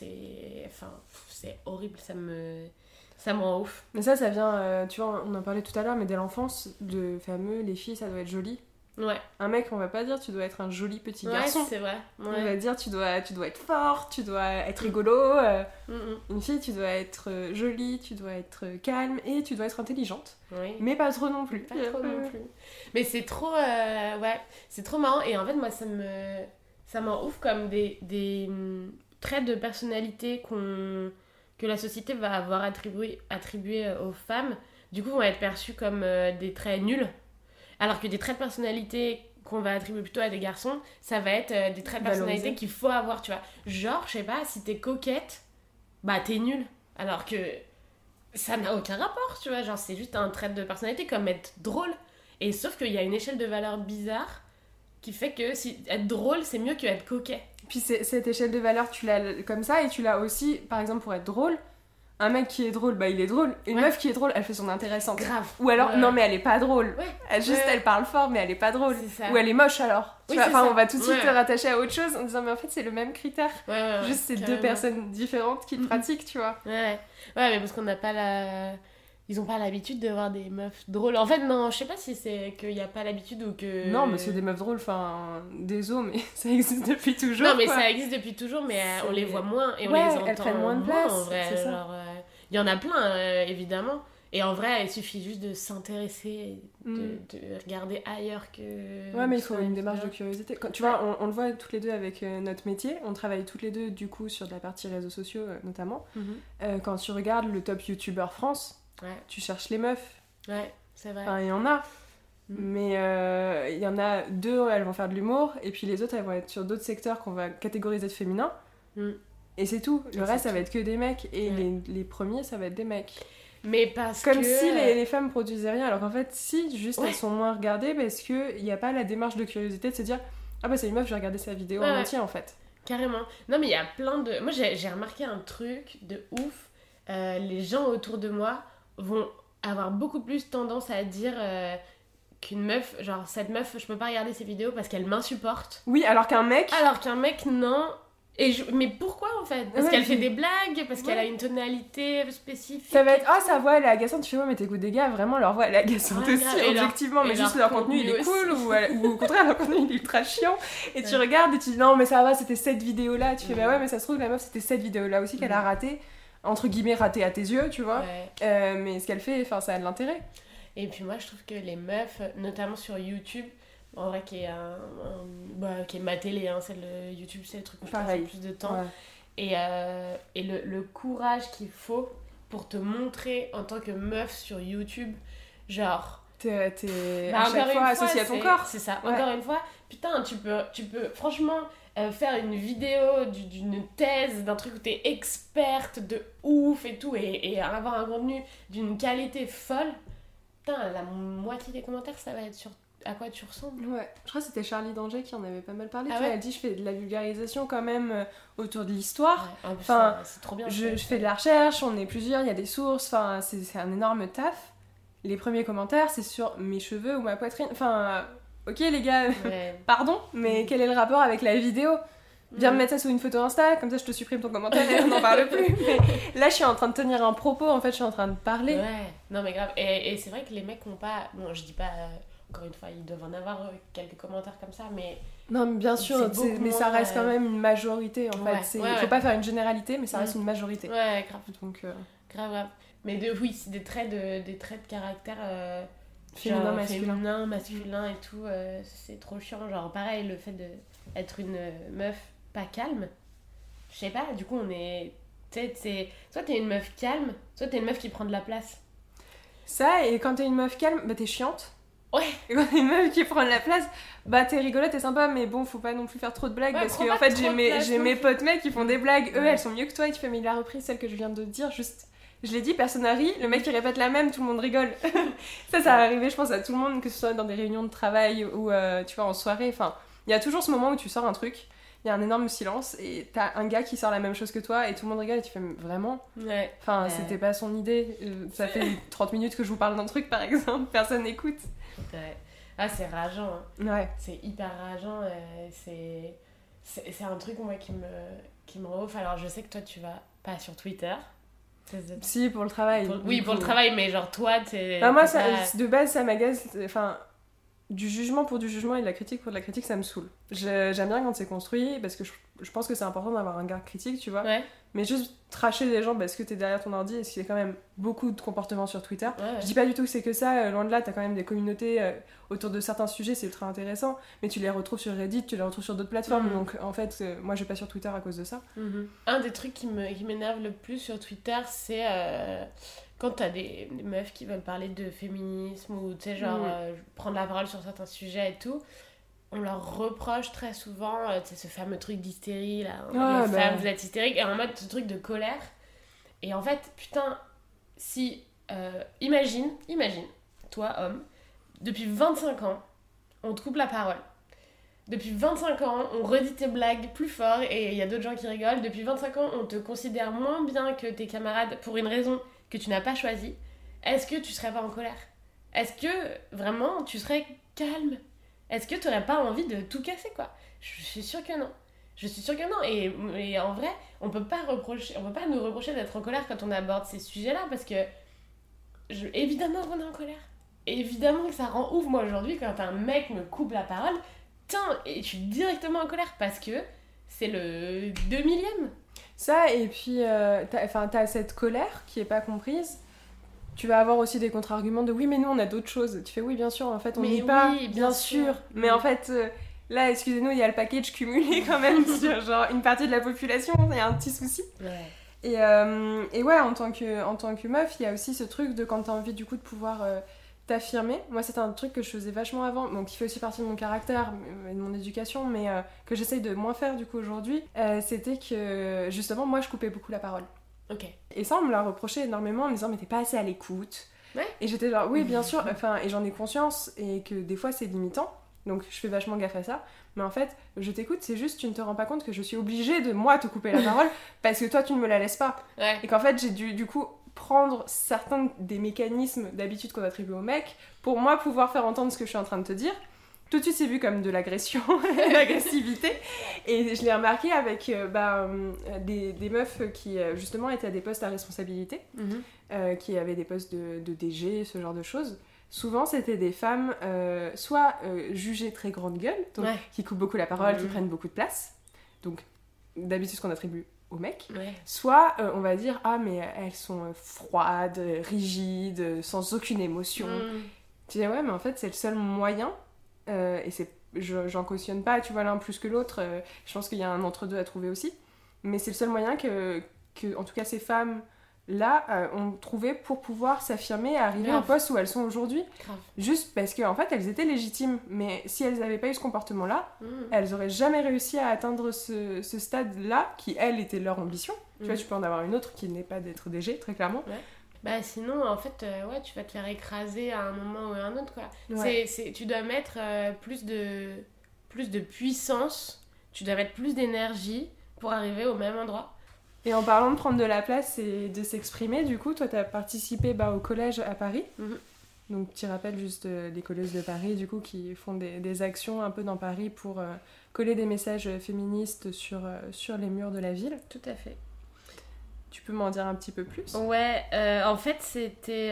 c'est horrible, ça me rend ouf. Mais ça vient, tu vois, on en parlait tout à l'heure, mais dès l'enfance, le fameux, les filles, ça doit être joli. Ouais. Un mec, on va pas dire tu dois être un joli petit garçon. C'est vrai. Ouais. On va dire tu dois être fort, tu dois être rigolo. Une fille, tu dois être jolie, tu dois être calme et tu dois être intelligente. Oui. Mais pas trop non plus. Pas trop non plus. Mais c'est trop, c'est trop marrant. Et en fait, moi, ça m'en ouf comme des traits de personnalité que la société va avoir attribué aux femmes. Du coup, vont être perçus comme des traits nuls. Alors que des traits de personnalité qu'on va attribuer plutôt à des garçons, ça va être des traits de personnalité qu'il faut avoir, tu vois. Genre, je sais pas, si t'es coquette, bah t'es nulle. Alors que ça n'a aucun rapport, tu vois. Genre, c'est juste un trait de personnalité comme être drôle. Et sauf qu'il y a une échelle de valeur bizarre qui fait que être drôle, c'est mieux que être coquet. Puis cette échelle de valeur, tu l'as comme ça et tu l'as aussi, par exemple, pour être drôle. Un mec qui est drôle, bah il est drôle. Une meuf qui est drôle, elle fait son intéressante. Grave. Ou alors, non mais elle est pas drôle. Ouais. Elle parle fort, mais elle est pas drôle. C'est ça. Ou elle est moche alors. Oui, Enfin, ça. on va tout de suite te rattacher à autre chose en disant, mais en fait, c'est le même critère. Juste c'est carrément. deux personnes différentes qui le pratiquent, tu vois. Ouais, mais parce qu'on n'a pas la... Ils ont pas l'habitude de voir des meufs drôles. En fait, non, je sais pas si c'est qu'il y a pas l'habitude ou que... Non, mais c'est des meufs drôles, enfin, désolé, mais ça existe depuis toujours. Non, mais quoi. ça existe depuis toujours, mais on les voit moins et on ouais, les entend elles prennent moins de place, en vrai. c'est ça. Genre, y en a plein, évidemment. Et en vrai, il suffit juste de s'intéresser, de regarder ailleurs que... Ouais, mais il faut une démarche de curiosité. Quand, tu vois, on le voit toutes les deux avec notre métier. On travaille toutes les deux, du coup, sur de la partie réseaux sociaux, notamment. Quand tu regardes le top YouTuber France, tu cherches les meufs. Ouais, c'est vrai. Enfin, il y en a. Mais il y en a 2, elles vont faire de l'humour. Et puis les autres, elles vont être sur d'autres secteurs qu'on va catégoriser de féminin. Et c'est tout. Le reste, ça va être que des mecs. Et les premiers, ça va être des mecs. Mais parce Comme que... si les femmes produisaient rien, alors qu'en fait, si, juste elles sont moins regardées parce qu'il n'y a pas la démarche de curiosité de se dire ah bah c'est une meuf, je vais regarder sa vidéo en entier en fait. Carrément. Non, mais il y a plein de... Moi, j'ai remarqué un truc de ouf. Les gens autour de moi vont avoir beaucoup plus tendance à dire qu'une meuf, genre cette meuf, je peux pas regarder ses vidéos parce qu'elle m'insupporte. Oui, alors qu'un mec, non. Mais pourquoi en fait? Parce qu'elle fait des blagues, parce qu'elle a une tonalité spécifique. Ça va être sa voix elle est agaçante, tu fais ouais mais t'écoutes des gars, vraiment leur voix elle est agaçante aussi, objectivement, mais juste leur contenu il est cool ou au contraire leur contenu il est ultra chiant et tu regardes et tu dis non mais ça va, c'était cette vidéo là, tu fais bah ouais mais ça se trouve la meuf c'était cette vidéo là aussi qu'elle a raté, entre guillemets raté à tes yeux, tu vois, mais ce qu'elle fait, enfin ça a de l'intérêt. Et puis moi je trouve que les meufs, notamment sur YouTube, en vrai qui est ma télé, hein, YouTube c'est le truc où je passe le plus de temps, et le courage qu'il faut pour te montrer en tant que meuf sur YouTube, genre t'es à chaque fois associé à ton corps, c'est ça, encore une fois, putain tu peux franchement faire une vidéo d'une thèse, d'un truc où t'es experte de ouf et tout, et avoir un contenu d'une qualité folle, putain la moitié des commentaires ça va être sur à quoi tu ressembles. Ouais, je crois que c'était Charlie Danger qui en avait pas mal parlé. Elle dit je fais de la vulgarisation quand même autour de l'histoire. Enfin, c'est trop bien. Je fais de la recherche, on est plusieurs, il y a des sources, enfin c'est un énorme taf. Les premiers commentaires c'est sur mes cheveux ou ma poitrine. Enfin, ok les gars, pardon, mais quel est le rapport avec la vidéo ? Viens me mettre ça sous une photo Insta, comme ça je te supprime ton commentaire et on n'en parle plus. Mais là je suis en train de tenir un propos, en fait je suis en train de parler. Ouais, non mais grave. Et c'est vrai que les mecs ont pas... Bon, je dis pas... Encore une fois, ils doivent en avoir quelques commentaires comme ça, mais... Non, mais bien sûr, mais ça reste quand même une majorité, en fait. Faut pas faire une généralité, mais ça reste une majorité. Ouais, grave. Donc, grave. Mais oui, c'est des traits de caractère féminin, masculin et tout, c'est trop chiant. Genre, pareil, le fait d'être une meuf pas calme, je sais pas, du coup, on est... Soit t'es une meuf calme, soit t'es une meuf qui prend de la place. Ça, et quand t'es une meuf calme, bah t'es chiante. Ouais. Et quand t'es une meuf qui prend de la place, bah t'es rigolote, t'es sympa, mais bon, faut pas non plus faire trop de blagues parce que en fait j'ai mes potes mecs qui font des blagues, eux elles sont mieux que toi et tu fais mais il a repris celle que je viens de dire, juste je l'ai dit, personne n'a ri, le mec qui répète la même, tout le monde rigole. ça va arriver je pense à tout le monde, que ce soit dans des réunions de travail ou tu vois en soirée, enfin il y a toujours ce moment où tu sors un truc, il y a un énorme silence et t'as un gars qui sort la même chose que toi et tout le monde rigole et tu fais vraiment enfin c'était pas son idée, ça fait 30 minutes que je vous parle d'un truc par exemple, personne n'écoute. Ouais. Ah c'est rageant hein. Ouais. C'est hyper rageant, c'est un truc moi qui me rend ouf. Alors je sais que toi tu vas pas sur Twitter. Si pour le travail. Pour le travail, mais genre toi t'es... moi de base ça m'agace, enfin du jugement pour du jugement et de la critique pour de la critique ça me saoule. J'aime bien quand c'est construit parce que je pense que c'est important d'avoir un regard critique, tu vois. Ouais. Mais juste tracher des gens parce que t'es derrière ton ordi, et qu'il y a quand même beaucoup de comportements sur Twitter. Ouais. Je dis pas du tout que c'est que ça, loin de là, t'as quand même des communautés autour de certains sujets, c'est ultra intéressant, mais tu les retrouves sur Reddit, tu les retrouves sur d'autres plateformes, donc en fait, moi je vais pas sur Twitter à cause de ça. Un des trucs qui m'énerve le plus sur Twitter, c'est quand t'as des meufs qui veulent parler de féminisme ou tu sais, genre prendre la parole sur certains sujets et tout. On leur reproche très souvent ce fameux truc d'hystérie là, les femmes vous êtes hystériques, et en mode ce truc de colère. Et en fait putain, si imagine toi homme, depuis 25 ans on te coupe la parole, Depuis 25 ans, on redit tes blagues plus fort et il y a d'autres gens qui rigolent. Depuis 25 ans, on te considère moins bien que tes camarades pour une raison que tu n'as pas choisie. Est-ce que tu serais pas en colère ? Est-ce que vraiment tu serais calme ? Est-ce que tu n'aurais pas envie de tout casser, quoi ? Je suis sûre que non. Je suis sûre que non. Et en vrai, on peut pas nous reprocher d'être en colère quand on aborde ces sujets-là parce que évidemment qu'on est en colère. Évidemment que ça rend ouf. Moi aujourd'hui, quand un mec me coupe la parole, et je suis directement en colère parce que c'est le 2000e. Ça, et puis t'as cette colère qui est pas comprise. Tu vas avoir aussi des contre-arguments de oui, mais nous on a d'autres choses. Tu fais oui, bien sûr, en fait on n'y est pas, bien sûr. Mais en fait, là, excusez-nous, il y a le package cumulé quand même sur genre une partie de la population, il y a un petit souci. Ouais. Et ouais, en tant que meuf, il y a aussi ce truc de quand t'as envie du coup de pouvoir t'affirmer. Moi, c'était un truc que je faisais vachement avant, donc qui fait aussi partie de mon caractère et de mon éducation, mais que j'essaye de moins faire du coup aujourd'hui. C'était que justement, moi, je coupais beaucoup la parole. Ok. Et ça, on me l'a reproché énormément en me disant mais t'es pas assez à l'écoute. Ouais. Et j'étais genre oui, bien sûr, et j'en ai conscience et que des fois c'est limitant. Donc je fais vachement gaffe à ça. Mais en fait, je t'écoute, c'est juste tu ne te rends pas compte que je suis obligée de moi te couper la parole parce que toi tu ne me la laisses pas. Ouais. Et qu'en fait j'ai dû du coup prendre certains des mécanismes d'habitude qu'on attribue aux mecs pour moi pouvoir faire entendre ce que je suis en train de te dire. Tout de suite c'est vu comme de l'agression, de l'agressivité. Et je l'ai remarqué avec des meufs qui justement étaient à des postes à responsabilité, qui avaient des postes de DG, ce genre de choses. Souvent, c'était des femmes soit jugées très grande gueule, donc qui coupent beaucoup la parole, qui prennent beaucoup de place, donc d'habitude ce qu'on attribue aux mecs, soit on va dire ah mais elles sont froides, rigides, sans aucune émotion. Tu dis ouais mais en fait c'est le seul moyen, et j'en cautionne pas, tu vois, l'un plus que l'autre, je pense qu'il y a un entre-deux à trouver aussi, mais c'est le seul moyen que en tout cas ces femmes là ont trouvé pour pouvoir s'affirmer et arriver au poste où elles sont aujourd'hui. Grave. Juste parce qu'en fait elles étaient légitimes, mais si elles n'avaient pas eu ce comportement là elles auraient jamais réussi à atteindre ce stade là qui elle était leur ambition. Tu vois, tu peux en avoir une autre qui n'est pas d'être DG très clairement. Bah sinon en fait tu vas te faire écraser à un moment ou à un autre, quoi. Tu dois mettre plus de puissance, tu dois mettre plus d'énergie pour arriver au même endroit. Et en parlant de prendre de la place et de s'exprimer, du coup, toi, t'as participé au collège à Paris. Donc, tu rappelles juste les colleuses de Paris, du coup, qui font des actions un peu dans Paris pour coller des messages féministes sur les murs de la ville. Tout à fait. Tu peux m'en dire un petit peu plus ? Ouais, en fait, c'était...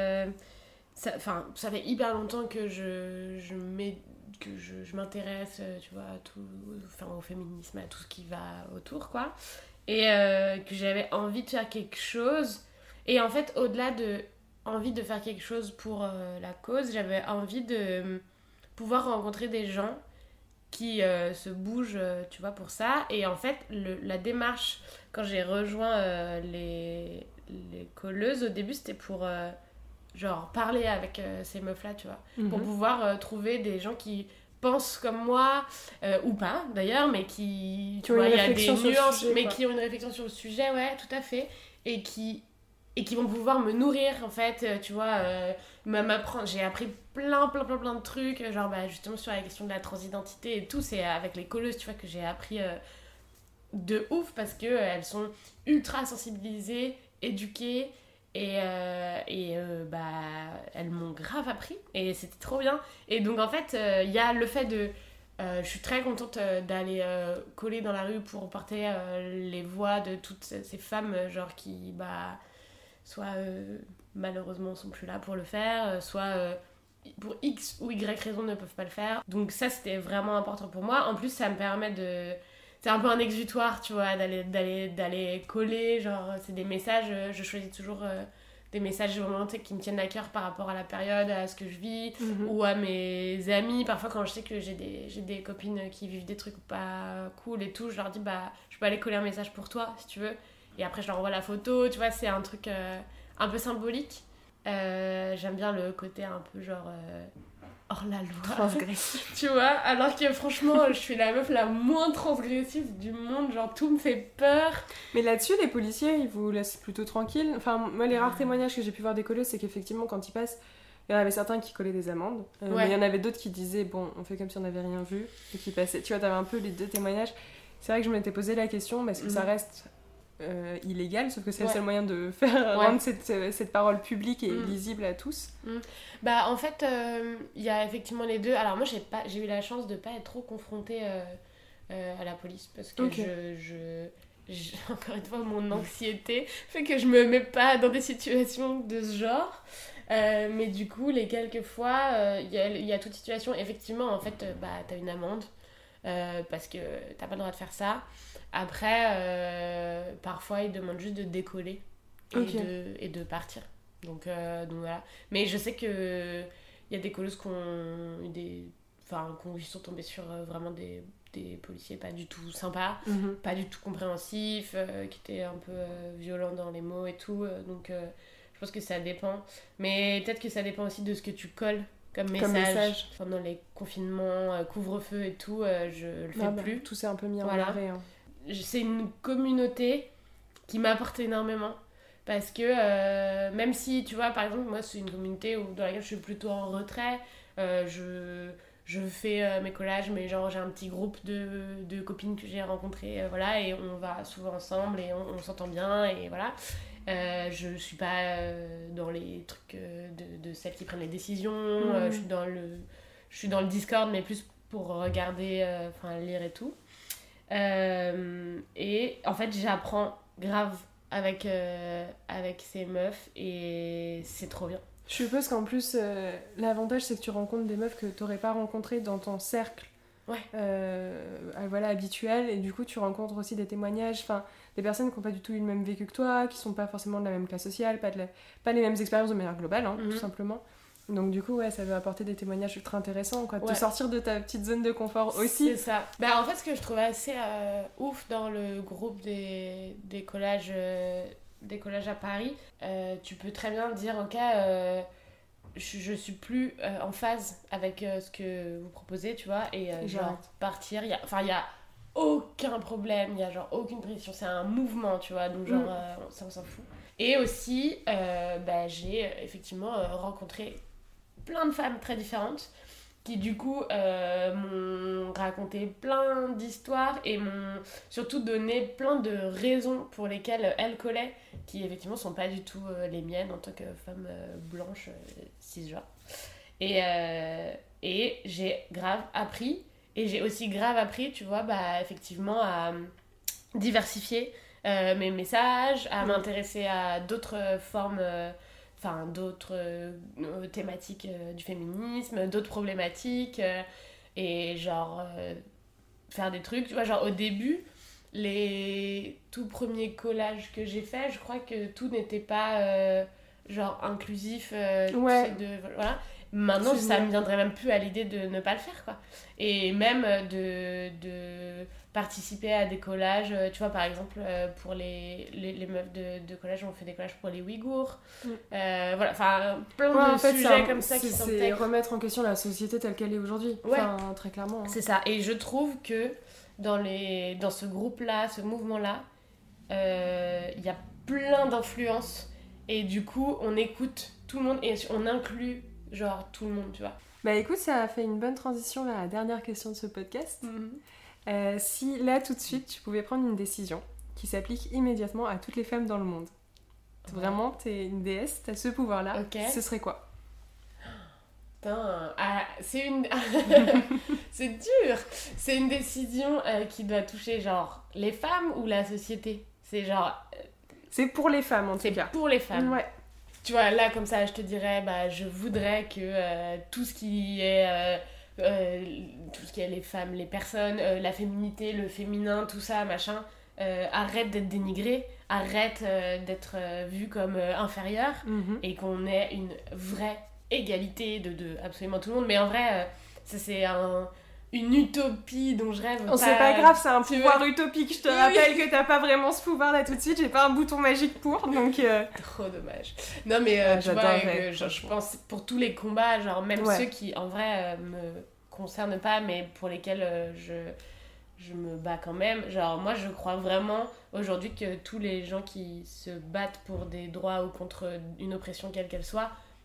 ça fait hyper longtemps que je m'intéresse, tu vois, au féminisme, à tout ce qui va autour, quoi. Et que j'avais envie de faire quelque chose. Et en fait, au-delà de envie de faire quelque chose pour la cause, j'avais envie de pouvoir rencontrer des gens qui se bougent, tu vois, pour ça. Et en fait, la démarche, quand j'ai rejoint les colleuses, au début, c'était pour genre parler avec ces meufs-là, tu vois. Pour pouvoir trouver des gens qui pensent comme moi, ou pas d'ailleurs, mais qui ont une réflexion sur nuances, le sujet, mais qui ont une réflexion sur le sujet, ouais, tout à fait, et qui vont pouvoir me nourrir, en fait, tu vois, m'apprendre. J'ai appris plein de trucs, genre justement sur la question de la transidentité et tout, c'est avec les colleuses, tu vois, que j'ai appris de ouf, parce que elles sont ultra sensibilisées, éduquées, et elles m'ont grave appris et c'était trop bien. Et donc en fait il y a le fait de je suis très contente d'aller coller dans la rue pour porter les voix de toutes ces femmes genre qui soit malheureusement sont plus là pour le faire, soit pour X ou Y raison ne peuvent pas le faire. Donc ça c'était vraiment important pour moi. En plus ça me permet de... C'est un peu un exutoire, tu vois, d'aller coller, genre, c'est des messages, je choisis toujours des messages vraiment qui me tiennent à cœur par rapport à la période, à ce que je vis, ou à mes amis. Parfois, quand je sais que j'ai des copines qui vivent des trucs pas cool et tout, je leur dis, je peux aller coller un message pour toi, si tu veux. Et après, je leur envoie la photo, tu vois, c'est un truc un peu symbolique. J'aime bien le côté un peu genre... hors la loi, transgressif. Tu vois, alors que franchement je suis la meuf la moins transgressive du monde, genre tout me fait peur. Mais là-dessus les policiers ils vous laissent plutôt tranquille. Enfin moi les rares témoignages que j'ai pu voir des colleuses c'est qu'effectivement quand ils passent Il y en avait certains qui collaient des amendes, Ouais. mais il y en avait d'autres qui disaient bon, on fait comme si on n'avait rien vu, et qui passaient. Tu vois, t'avais un peu les deux témoignages. C'est vrai que je m'étais posé la question parce que ça reste illégal, sauf que c'est le seul moyen de faire rendre cette parole publique et lisible à tous. Bah en fait, il y a effectivement les deux. Alors moi j'ai eu la chance de pas être trop confrontée à la police parce que encore une fois, mon anxiété fait que je me mets pas dans des situations de ce genre. Mais du coup, les quelques fois, il y a toute situation. Effectivement, en fait, bah, t'as une amende parce que t'as pas le droit de faire ça. Après, parfois, ils demandent juste de décoller et de partir. Donc voilà. Mais je sais que il y a des colosses qui sont tombés sur vraiment des policiers pas du tout sympas, pas du tout compréhensifs, qui étaient un peu violents dans les mots et tout. Donc je pense que ça dépend. Mais peut-être que ça dépend aussi de ce que tu colles comme message. Pendant les confinements, couvre-feu et tout, je le fais plus. Tout s'est un peu mis en arrêt. Hein. C'est une communauté qui m'apporte énormément. Parce que même si, tu vois, par exemple, moi, c'est une communauté dans laquelle je suis plutôt en retrait. Je fais mes collages, mais genre j'ai un petit groupe de copines que j'ai rencontrées, voilà, et on va souvent ensemble et on s'entend bien, et voilà. Je suis pas dans les trucs de celles qui prennent les décisions, je suis dans le Discord, mais plus pour regarder, lire et tout. Et en fait, j'apprends grave avec ces meufs et c'est trop bien. Je suppose qu'en plus, l'avantage c'est que tu rencontres des meufs que t'aurais pas rencontrées dans ton cercle habituel, et du coup tu rencontres aussi des témoignages, des personnes qui n'ont pas du tout eu le même vécu que toi, qui sont pas forcément de la même classe sociale, pas les mêmes expériences de manière globale, tout simplement. Donc du coup, ça va apporter des témoignages ultra intéressants, quoi. Te sortir de ta petite zone de confort aussi. C'est ça. Bah, en fait, ce que je trouvais assez ouf dans le groupe des collages à Paris, tu peux très bien dire, ok, je suis plus en phase avec ce que vous proposez, tu vois, et genre partir, il y a aucun problème, il y a genre aucune pression, c'est un mouvement, tu vois, donc genre ça on s'en fout. Et aussi, j'ai effectivement rencontré plein de femmes très différentes qui du coup m'ont raconté plein d'histoires et m'ont surtout donné plein de raisons pour lesquelles elles collaient, qui effectivement sont pas du tout les miennes en tant que femme blanche cisgenre. Et j'ai grave appris, et j'ai aussi grave appris, tu vois, effectivement à diversifier mes messages, à m'intéresser à d'autres formes, d'autres thématiques du féminisme, d'autres problématiques, et genre faire des trucs, tu vois, genre au début, les tout premiers collages que j'ai faits, je crois que tout n'était pas genre inclusif, voilà. Maintenant, ça me viendrait même plus à l'idée de ne pas le faire, quoi. Et même de participer à des collages, tu vois, par exemple, pour les meufs de collage, on fait des collages pour les Ouïghours. Voilà, plein de sujets comme ça qui sont c'est remettre en question la société telle qu'elle est aujourd'hui, très clairement. Hein. C'est ça, et je trouve que dans ce groupe-là, ce mouvement-là, il y a plein d'influences, et du coup, on écoute tout le monde, et on inclut genre tout le monde, tu vois. Bah écoute, ça a fait une bonne transition vers la dernière question de ce podcast. Si là tout de suite tu pouvais prendre une décision qui s'applique immédiatement à toutes les femmes dans le monde, vraiment t'es une déesse, t'as ce pouvoir là, ce serait quoi? Putain, c'est une c'est dur, c'est une décision qui doit toucher genre les femmes ou la société, c'est genre c'est pour les femmes en tout cas. C'est pour les femmes. Ouais. Tu vois, là, comme ça, je te dirais, je voudrais que tout ce qui est les femmes, les personnes, la féminité, le féminin, tout ça, machin, arrête d'être dénigré, arrête d'être vu comme inférieur, et qu'on ait une vraie égalité de absolument tout le monde. Mais en vrai, ça, c'est une utopie dont je rêve. C'est pas grave, c'est un pouvoir utopique. Je te rappelle que t'as pas vraiment ce pouvoir là tout de suite, j'ai pas un bouton magique pour, donc... Trop dommage. Non mais tu vois, je pense pour tous les combats, genre même ceux qui en vrai me concernent pas, mais pour lesquels je me bats quand même. Genre moi je crois vraiment aujourd'hui que tous les gens qui se battent pour des droits ou contre une oppression quelle qu'elle soit,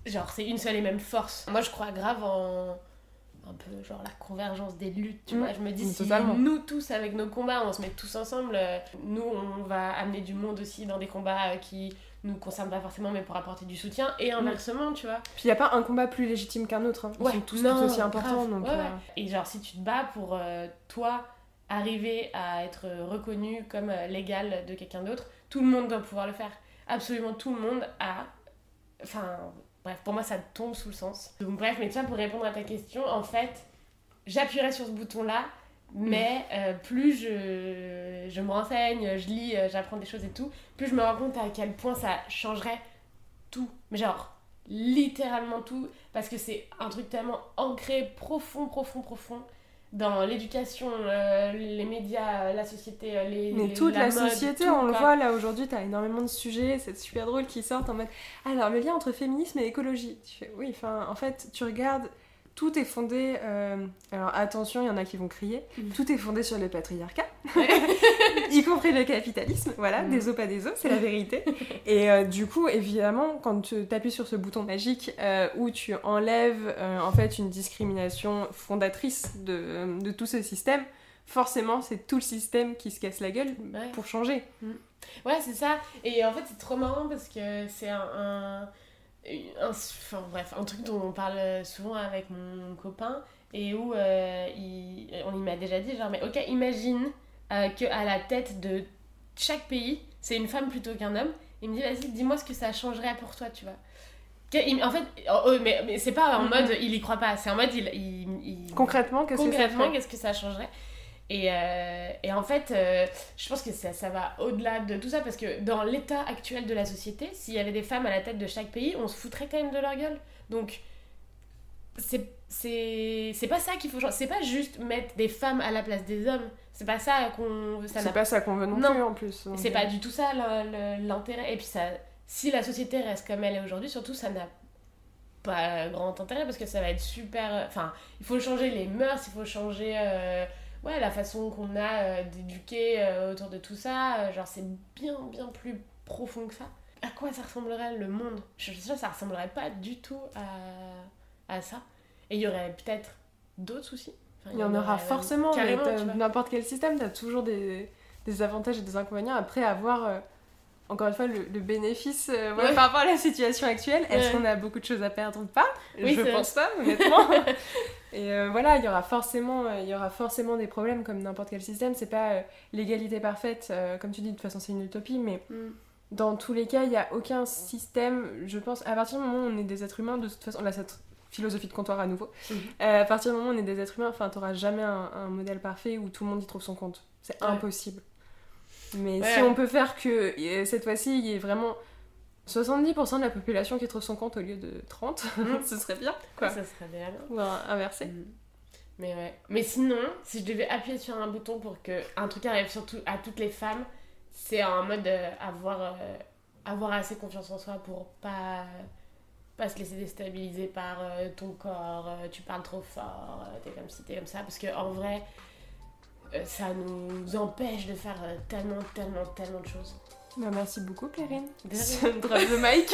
genre c'est une seule et même force. Moi je crois grave en un peu genre la convergence des luttes, tu vois. Je me dis, si nous tous avec nos combats, on se met tous ensemble, nous on va amener du monde aussi dans des combats qui nous concernent pas forcément, mais pour apporter du soutien, et inversement, tu vois. Puis il y a pas un combat plus légitime qu'un autre, hein. Ils sont tous tout aussi importants. Donc, Et genre si tu te bats pour toi arriver à être reconnu comme l'égal de quelqu'un d'autre, tout le monde doit pouvoir le faire. Absolument tout le monde a... Enfin... Bref, pour moi, ça tombe sous le sens. Donc bref, mais tu vois, pour répondre à ta question, en fait, j'appuierai sur ce bouton-là, mais plus je me renseigne, je lis, j'apprends des choses et tout, plus je me rends compte à quel point ça changerait tout. Mais genre, littéralement tout, parce que c'est un truc tellement ancré, profond, dans l'éducation, les médias, la société, mais toute la mode, société, tout, on le voit là aujourd'hui, t'as énormément de sujets, c'est super drôle, qui sortent en mode alors le lien entre féminisme et écologie. Tu fais oui, enfin en fait tu regardes, tout est fondé, alors attention, il y en a qui vont crier, tout est fondé sur le patriarcat, y compris le capitalisme, voilà, des os pas des os, c'est la vérité. Et du coup, évidemment, quand tu appuies sur ce bouton magique où tu enlèves en fait une discrimination fondatrice de tout ce système, forcément, c'est tout le système qui se casse la gueule pour changer. Ouais, c'est ça. Et en fait, c'est trop marrant parce que c'est enfin bref, un truc dont on parle souvent avec mon copain et où on m'a déjà dit genre mais ok, imagine qu'à la tête de chaque pays c'est une femme plutôt qu'un homme. Il me dit vas-y, dis-moi ce que ça changerait pour toi, tu vois. En fait, mais c'est pas en mode il y croit pas, c'est en mode concrètement qu'est-ce que ça changerait. Et en fait, je pense que ça va au-delà de tout ça, parce que dans l'état actuel de la société, s'il y avait des femmes à la tête de chaque pays, on se foutrait quand même de leur gueule. Donc, c'est pas ça qu'il faut changer. C'est pas juste mettre des femmes à la place des hommes. C'est pas ça qu'on... pas ça qu'on veut non plus, en plus. C'est pas du tout ça l'intérêt. Et puis, si la société reste comme elle est aujourd'hui, surtout, ça n'a pas grand intérêt, parce que ça va être super... Enfin, il faut changer les mœurs, il faut changer... la façon qu'on a d'éduquer autour de tout ça, genre c'est bien plus profond que ça. À quoi ça ressemblerait le monde ? Je suis sûre que ça ressemblerait pas du tout à ça. Et il y aurait peut-être d'autres soucis. Enfin, il y en aura forcément, mais n'importe quel système, t'as toujours des avantages et des inconvénients. Après avoir, encore une fois, le bénéfice par rapport à la situation actuelle. Est-ce qu'on a beaucoup de choses à perdre ou pas ? Je pense pas, honnêtement. Et voilà, il y aura forcément des problèmes comme n'importe quel système. C'est pas l'égalité parfaite, comme tu dis, de toute façon c'est une utopie, mais dans tous les cas, il n'y a aucun système, je pense, à partir du moment où on est des êtres humains, de toute façon, là cette philosophie de comptoir à nouveau, à partir du moment où on est des êtres humains, enfin t'auras jamais un modèle parfait où tout le monde y trouve son compte. C'est impossible. Mais si on peut faire que cette fois-ci, il y ait vraiment 70% de la population qui trouve son compte au lieu de 30, ce serait bien, quoi. Ça serait bien. Ou inversé. Mais ouais. Mais sinon, si je devais appuyer sur un bouton pour qu'un truc arrive surtout à toutes les femmes, c'est en mode avoir assez confiance en soi pour pas se laisser déstabiliser par ton corps, tu parles trop fort, t'es comme ci, t'es comme ça, parce qu'en vrai, ça nous empêche de faire tellement de choses. Bah, merci beaucoup, Perrine. Drop the mic.